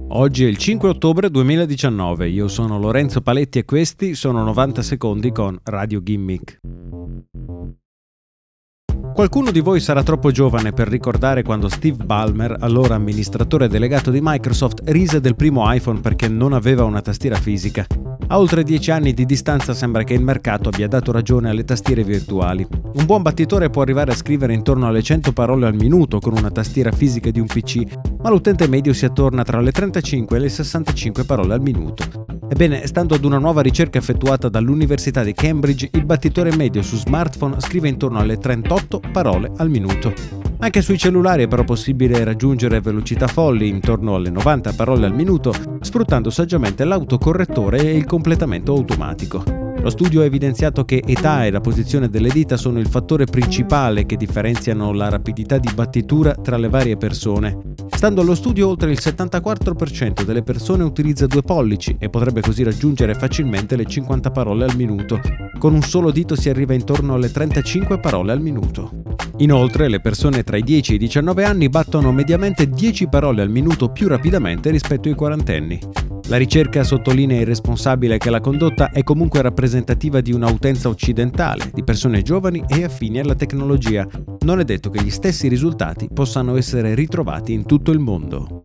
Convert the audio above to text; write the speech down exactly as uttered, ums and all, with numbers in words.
Oggi è il cinque ottobre duemiladiciannove, io sono Lorenzo Paletti e questi sono novanta secondi con Radio Gimmick. Qualcuno di voi sarà troppo giovane per ricordare quando Steve Ballmer, allora amministratore delegato di Microsoft, rise del primo iPhone perché non aveva una tastiera fisica. A oltre dieci anni di distanza sembra che il mercato abbia dato ragione alle tastiere virtuali. Un buon battitore può arrivare a scrivere intorno alle cento parole al minuto con una tastiera fisica di un P C, ma l'utente medio si attorna tra le trentacinque e le sessantacinque parole al minuto. Ebbene, stando ad una nuova ricerca effettuata dall'Università di Cambridge, il battitore medio su smartphone scrive intorno alle trentotto parole al minuto. Anche sui cellulari è però possibile raggiungere velocità folli, intorno alle novanta parole al minuto, sfruttando saggiamente l'autocorrettore e il completamento automatico. Lo studio ha evidenziato che età e la posizione delle dita sono il fattore principale che differenziano la rapidità di battitura tra le varie persone. Stando allo studio, oltre il settantaquattro per cento delle persone utilizza due pollici e potrebbe così raggiungere facilmente le cinquanta parole al minuto. Con un solo dito si arriva intorno alle trentacinque parole al minuto. Inoltre, le persone tra i dieci e i diciannove anni battono mediamente dieci parole al minuto più rapidamente rispetto ai quarantenni. La ricerca sottolinea il responsabile che la condotta è comunque rappresentativa di un'utenza occidentale, di persone giovani e affini alla tecnologia. Non è detto che gli stessi risultati possano essere ritrovati in tutto il mondo.